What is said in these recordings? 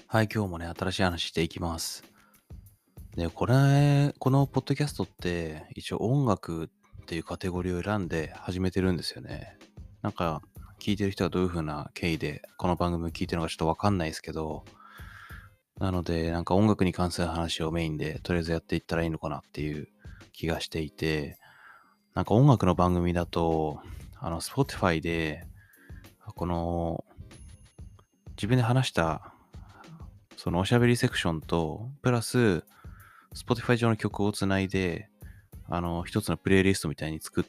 はい、今日もね、新しい話していきます。で、このポッドキャストって、一応音楽っていうカテゴリーを選んで始めてるんですよね。なんか、聞いてる人はどういう風な経緯でこの番組を聞いてるのかちょっとわかんないですけど、なので、なんか音楽に関する話をメインでとりあえずやっていったらいいのかなっていう気がしていて、なんか音楽の番組だと、Spotify で、この、自分で話したそのおしゃべりセクションと、プラス、Spotify 上の曲をつないで、一つのプレイリストみたいに作って、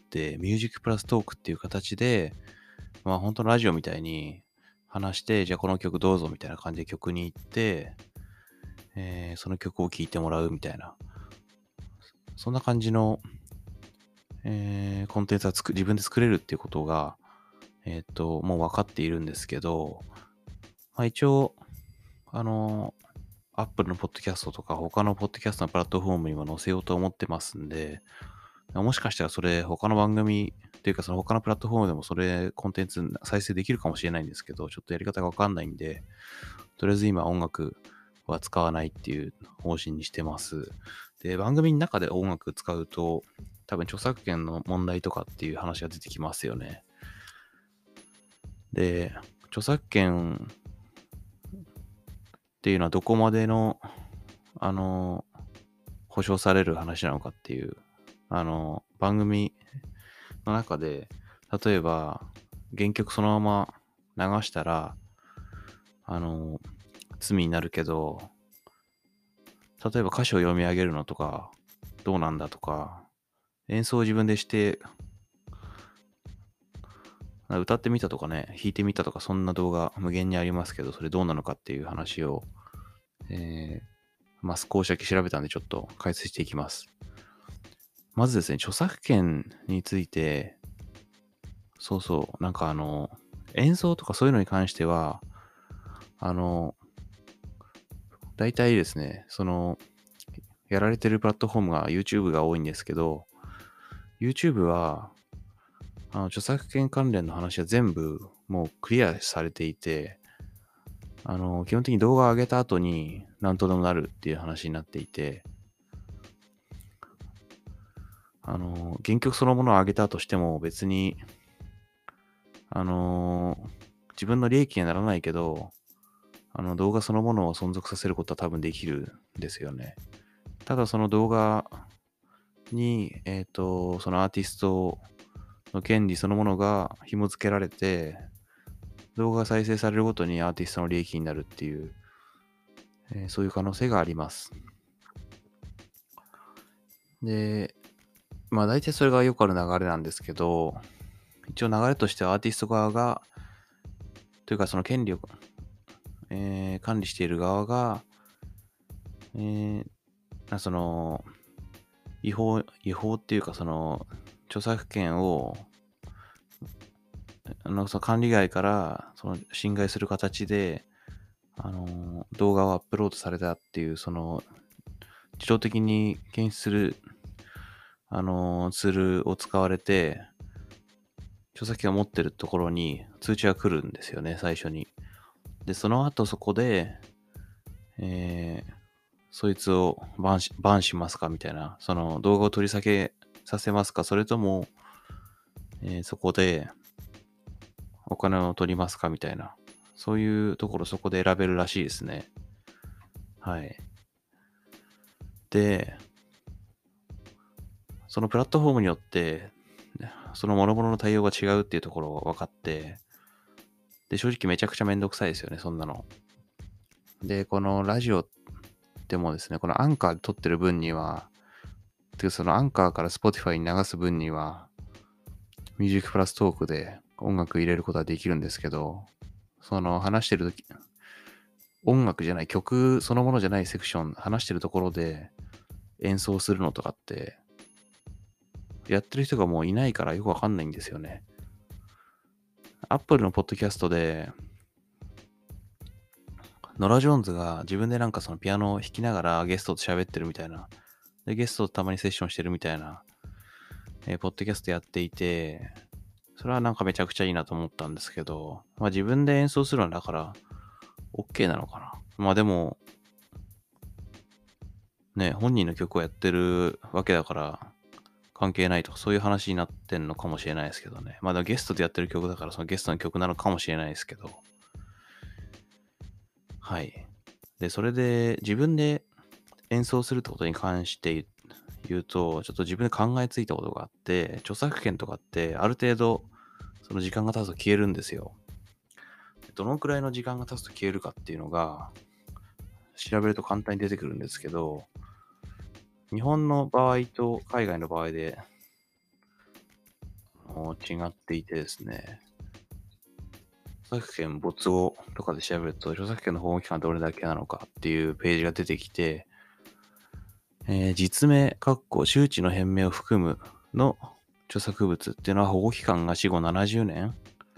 ミュージックプラストークっていう形で、まあ本当のラジオみたいに話して、じゃあこの曲どうぞみたいな感じで曲に行って、その曲を聴いてもらうみたいな、そんな感じの、コンテンツは自分で作れるっていうことが、もう分かっているんですけど、まあ一応、あの、Apple のポッドキャストとか他のポッドキャストのプラットフォームにも載せようと思ってますんで、もしかしたらそれ他の番組っていうかその他のプラットフォームでもそれコンテンツ再生できるかもしれないんですけど、ちょっとやり方がわかんないんで、とりあえず今音楽は使わないっていう方針にしてます。で、番組の中で音楽使うと、多分著作権の問題とかっていう話が出てきますよね。で、著作権っていうのはどこまでの、あの、保証される話なのかっていう、番組の中で、例えば、原曲そのまま流したら、あの、罪になるけど、例えば歌詞を読み上げるのとか、どうなんだとか、演奏を自分でして、歌ってみたとかね、弾いてみたとか、そんな動画無限にありますけど、それどうなのかっていう話を、少しだけ調べたんでちょっと解説していきます。まずですね、著作権について、そうそう、演奏とかそういうのに関しては、あの、大体ですね、やられてるプラットフォームが YouTube が多いんですけど、YouTube は、著作権関連の話は全部もうクリアされていて、基本的に動画を上げた後に何とでもなるっていう話になっていて、原曲そのものを上げたとしても別に、あの、自分の利益にはならないけど、動画そのものを存続させることは多分できるんですよね。ただその動画に、そのアーティストの権利そのものが紐付けられて、動画が再生されるごとにアーティストの利益になるっていう、そういう可能性があります。で、まあ大体それがよくある流れなんですけど、一応流れとしてはアーティスト側が、というかその権利を、管理している側が、えーその、違法っていうか著作権をその管理外から、侵害する形で、動画をアップロードされたっていう、自動的に検出する、ツールを使われて、著作権を持ってるところに通知が来るんですよね、最初に。で、その後そこで、えーそいつをバンしますかみたいな、その動画を取り下げさせますか、それとも、そこでお金を取りますかみたいな、そういうところそこで選べるらしいですね。はい。で、そのプラットフォームによって、その諸々の対応が違うっていうところが分かって、で、正直めちゃくちゃめんどくさいですよね、そんなの。で、このラジオでもですね、このアンカーで撮ってる分には、そのアンカーから Spotify に流す分には、ミュージックプラストークで音楽入れることはできるんですけど、その話してるとき、音楽じゃない、曲そのものじゃないセクション、話してるところで演奏するのとかって、やってる人がもういないからよくわかんないんですよね。Apple のポッドキャストで、ノラ・ジョーンズが自分でそのピアノを弾きながらゲストと喋ってるみたいな、で、ゲストとたまにセッションしてるみたいな、ポッドキャストやっていて、それはめちゃくちゃいいなと思ったんですけど、まあ自分で演奏するのはだから、OK なのかな。 まあでも、ね、本人の曲をやってるわけだから、関係ないとか、そういう話になってんのかもしれないですけどね。まあでもゲストでやってる曲だから、そのゲストの曲なのかもしれないですけど。はい。で、それで自分で演奏するってことに関して言うと、ちょっと自分で考えついたことがあって、著作権とかってある程度、その時間が経つと消えるんですよ。どのくらいの時間が経つと消えるかっていうのが、調べると簡単に出てくるんですけど、日本の場合と海外の場合で違っていてですね、著作権没後とかで調べると、著作権の保護期間どれだけなのかっていうページが出てきて、実名、周知の変名を含むの著作物っていうのは保護期間が死後70年。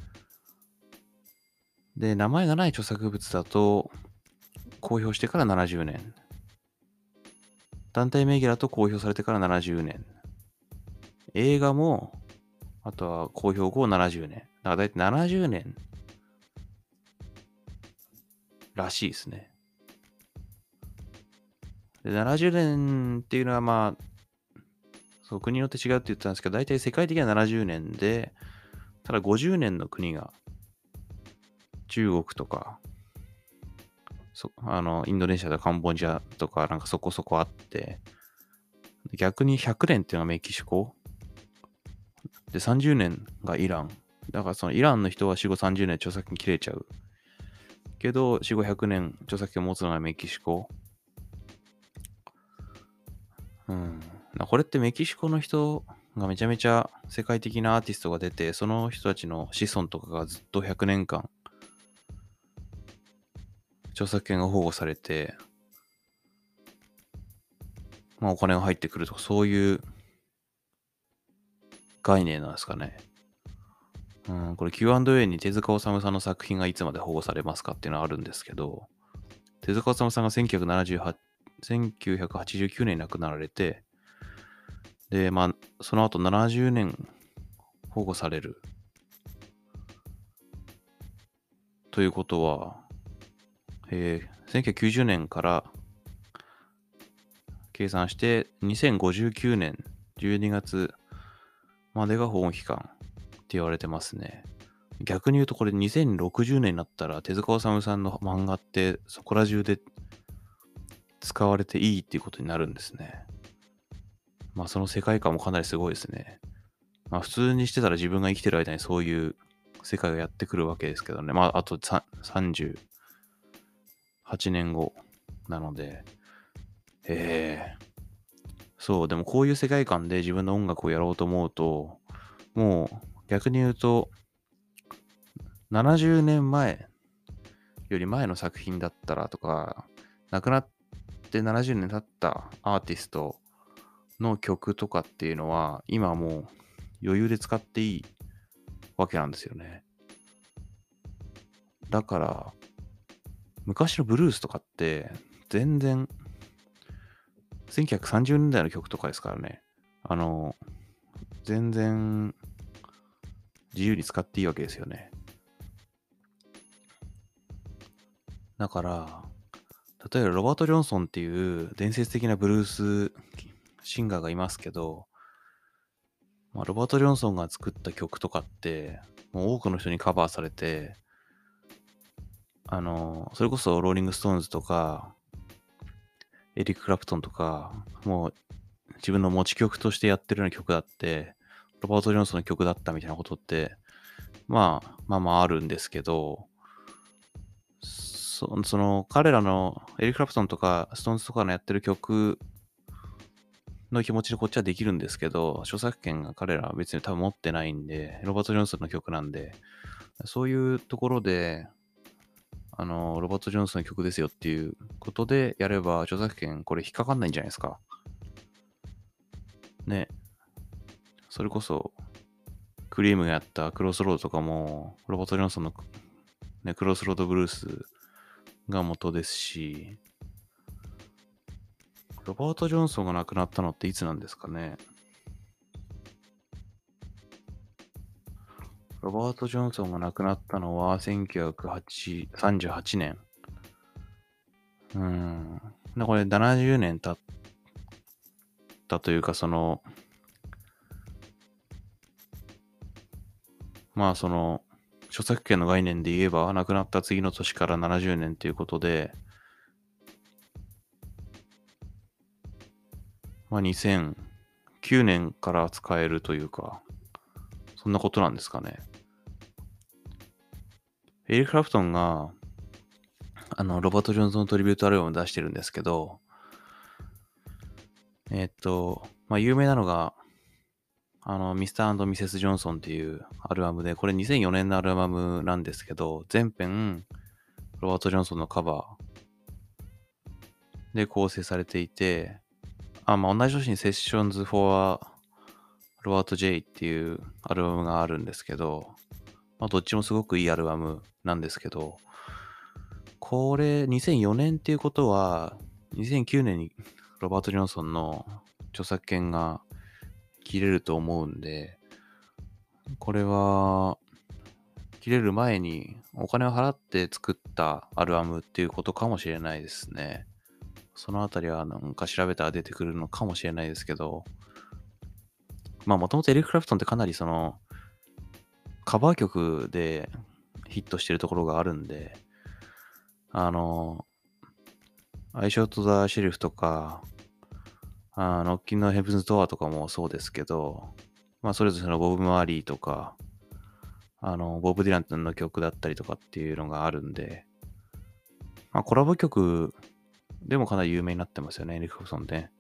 で、名前がない著作物だと公表してから70年。団体名義だと公表されてから70年。映画も、あとは公表後70年。だからだいたい70年らしいですね。で、70年っていうのはまあ、そう国によって違うって言ったんですけど、大体世界的には70年で、ただ50年の国が中国とか、インドネシアとかカンボジアとかなんかそこそこあって、逆に100年っていうのがメキシコで30年がイラン。だからそのイランの人は死後30年著作権切れちゃう。けど死後100年著作権を持つのがメキシコ。うん。これってメキシコの人がめちゃめちゃ世界的なアーティストが出て、その人たちの子孫とかがずっと100年間著作権が保護されて、まあお金が入ってくるとか、そういう概念なんですかね。これ Q&A に手塚治虫さんの作品がいつまで保護されますかっていうのはあるんですけど、手塚治虫さんが1989年に亡くなられて、で、まあ、その後70年保護される。ということは、1990年から計算して2059年12月までが保護期間って言われてますね。逆に言うとこれ2060年になったら手塚治虫さんの漫画ってそこら中で使われていいっていうことになるんですね。まあその世界観もかなりすごいですね。まあ普通にしてたら自分が生きてる間にそういう世界がやってくるわけですけどね。まああと38年後なので、そう、でもこういう世界観で自分の音楽をやろうと思うと、もう逆に言うと、70年前より前の作品だったらとか、亡くなって70年経ったアーティストの曲とかっていうのは、今もう余裕で使っていいわけなんですよね。だから、昔のブルースとかって、全然、1930年代の曲とかですからね。全然自由に使っていいわけですよね。だから、例えばロバート・ジョンソンっていう伝説的なブルースシンガーがいますけど、まあ、ロバート・ジョンソンが作った曲とかって、もう多くの人にカバーされて、それこそローリング・ストーンズとか、エリック・クラプトンとか、もう自分の持ち曲としてやってるような曲だって、ロバート・ジョンソンの曲だったみたいなことって、まああるんですけど、その彼らのエリック・クラプトンとかストーンズとかのやってる曲の気持ちでこっちはできるんですけど、著作権が彼らは別に多分持ってないんで、ロバート・ジョンソンの曲なんで、そういうところで、ロバート・ジョンソンの曲ですよっていうことでやれば、著作権これ引っかかんないんじゃないですか。ね。それこそ、クリームがやったクロスロードとかも、ロバート・ジョンソンの、ね、クロスロードブルースが元ですし、ロバート・ジョンソンが亡くなったのっていつなんですかね。ロバート・ジョンソンが亡くなったのは1938年。 これ70年経ったというか、著作権の概念で言えば、亡くなった次の年から70年ということで、2009年から使えるというか、そんなことなんですかね。エリック・クラプトンが、ロバート・ジョンソントリビュートアルバムを出してるんですけど、有名なのが、ミスター&ミセス・ジョンソンっていうアルバムで、これ2004年のアルバムなんですけど、全編、ロバート・ジョンソンのカバーで構成されていて、同じ年にセッションズ・フォア・ロバート・ジェイっていうアルバムがあるんですけど、どっちもすごくいいアルバムなんですけど、これ2004年っていうことは、2009年にロバート・ジョンソンの著作権が切れると思うんで、これは切れる前にお金を払って作ったアルバムっていうことかもしれないですね。そのあたりはなんか調べたら出てくるのかもしれないですけど、もともとエリック・クラプトンってかなりカバー曲でヒットしてるところがあるんで、アイショット・ザ・シェリフとか、ノッキンのヘブンズ・ドアとかもそうですけど、それぞれボブ・マーリーとか、ボブ・ディランの曲だったりとかっていうのがあるんで、コラボ曲でもかなり有名になってますよね、エリック・クラプトンで。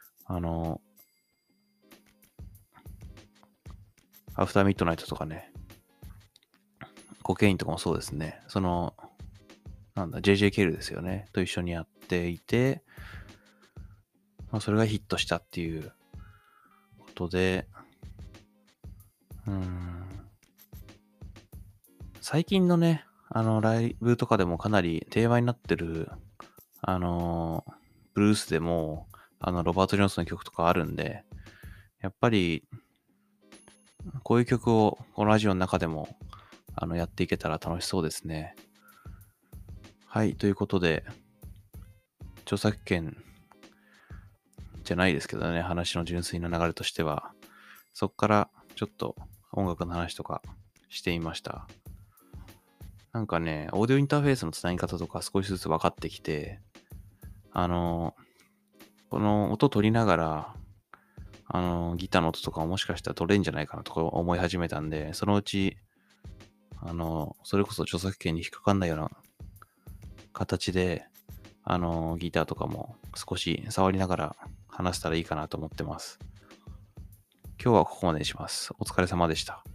アフター・ミッドナイトとかね、コケインとかもそうですね。JJ ケールですよね。と一緒にやっていて、それがヒットしたっていうことで、最近のね、ライブとかでもかなり定番になってる、ブルースでも、ロバート・ジョンソンの曲とかあるんで、やっぱり、こういう曲をこのラジオの中でも、やっていけたら楽しそうですね。はい、ということで、著作権じゃないですけどね、話の純粋な流れとしては、そっからちょっと音楽の話とかしていました。なんかね、オーディオインターフェースのつなぎ方とか少しずつ分かってきて、この音取りながら、ギターの音とかももしかしたら取れるんじゃないかなとか思い始めたんで、そのうち、それこそ著作権に引っかかんないような形で、ギターとかも少し触りながら話せたらいいかなと思ってます。今日はここまでにします。お疲れ様でした。